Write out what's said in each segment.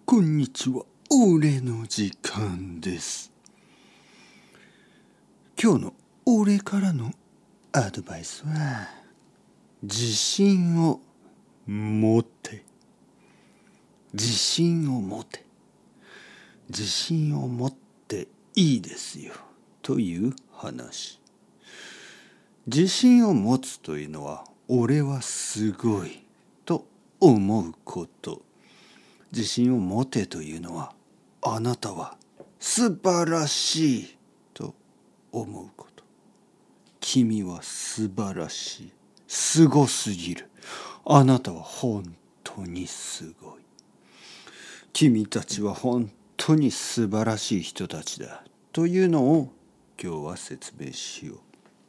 こんにちは。俺の時間です。今日の俺からのアドバイスは、自信を持て。自信を持て。自信を持っていいですよ。という話。自信を持つというのは、俺はすごいと思うこと。自信を持てというのは、あなたは素晴らしいと思うこと。君は素晴らしい。すごすぎる。あなたは本当にすごい。君たちは本当に素晴らしい人たちだ。というのを今日は説明しよ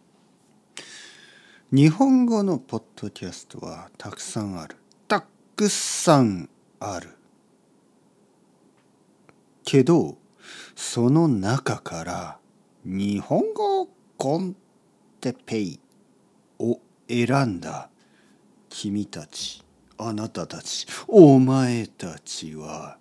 う。日本語のポッドキャストはたくさんある。たくさんある。けど、その中から日本語コンテペイを選んだ君たち、あなたたち、お前たちは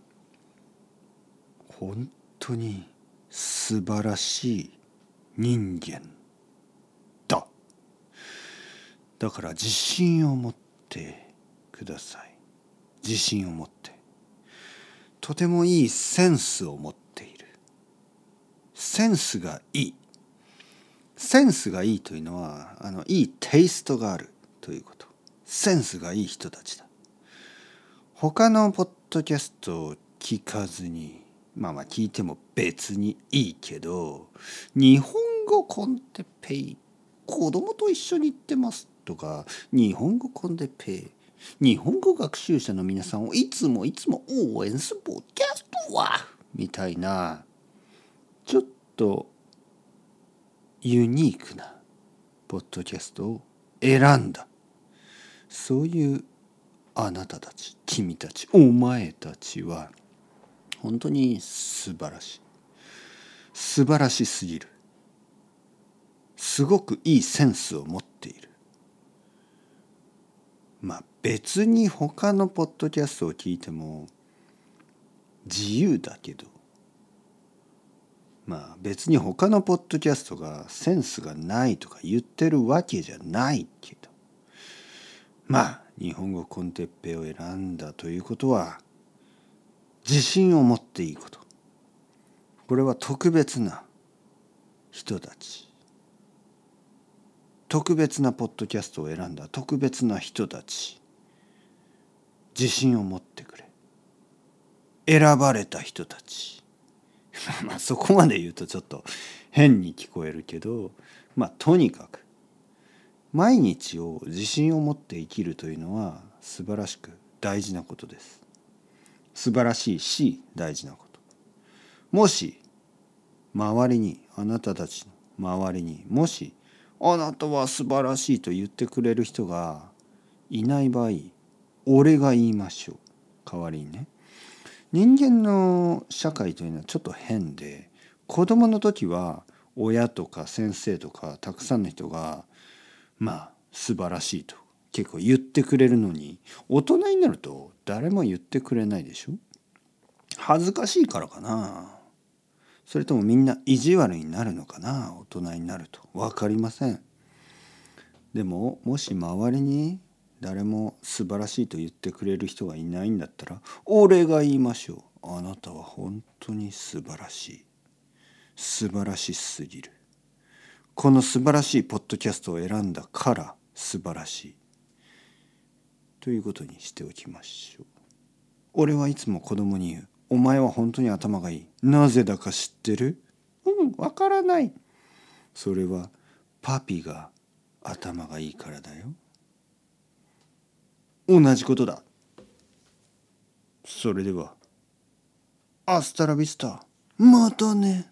本当に素晴らしい人間だ。だから自信を持ってください。自信を持って。とてもいいセンスを持っている。センスがいい。センスがいいというのは、いいテイストがあるということ。センスがいい人たちだ。他のポッドキャストを聞かずに、聞いても別にいいけど、日本語コンテペイ、子供と一緒に行ってますとか、日本語コンテペイ、日本語学習者の皆さんをいつも応援するポッドキャストはみたいな、ちょっとユニークなポッドキャストを選んだ。そういうあなたたち、君たち、お前たちは本当に素晴らしい。素晴らしすぎる。すごくいいセンスを持っている。別に他のポッドキャストを聞いても自由だけど、別に他のポッドキャストがセンスがないとか言ってるわけじゃないけど、日本語コンテッペを選んだということは自信を持っていいこと。これは特別な人たち。特別なポッドキャストを選んだ特別な人たち。自信を持ってくれ。選ばれた人たち。そこまで言うとちょっと変に聞こえるけど、とにかく毎日を自信を持って生きるというのは素晴らしく大事なことです。素晴らしいし大事なこと。もし周りに、あなたたちの周りにもしあなたは素晴らしいと言ってくれる人がいない場合、俺が言いましょう。代わりにね。人間の社会というのはちょっと変で、子供の時は親とか先生とかたくさんの人が素晴らしいと結構言ってくれるのに、大人になると誰も言ってくれないでしょ。恥ずかしいからかな。それともみんな意地悪になるのかな。大人になると分かりません。でももし周りに誰も素晴らしいと言ってくれる人がいないんだったら、俺が言いましょう。あなたは本当に素晴らしい。素晴らしすぎる。この素晴らしいポッドキャストを選んだから素晴らしいということにしておきましょう。俺はいつも子供に言う。お前は本当に頭がいい。なぜだか知ってる？わからない。それはパピが頭がいいからだよ。同じことだ。それではアスタラビスタ。またね。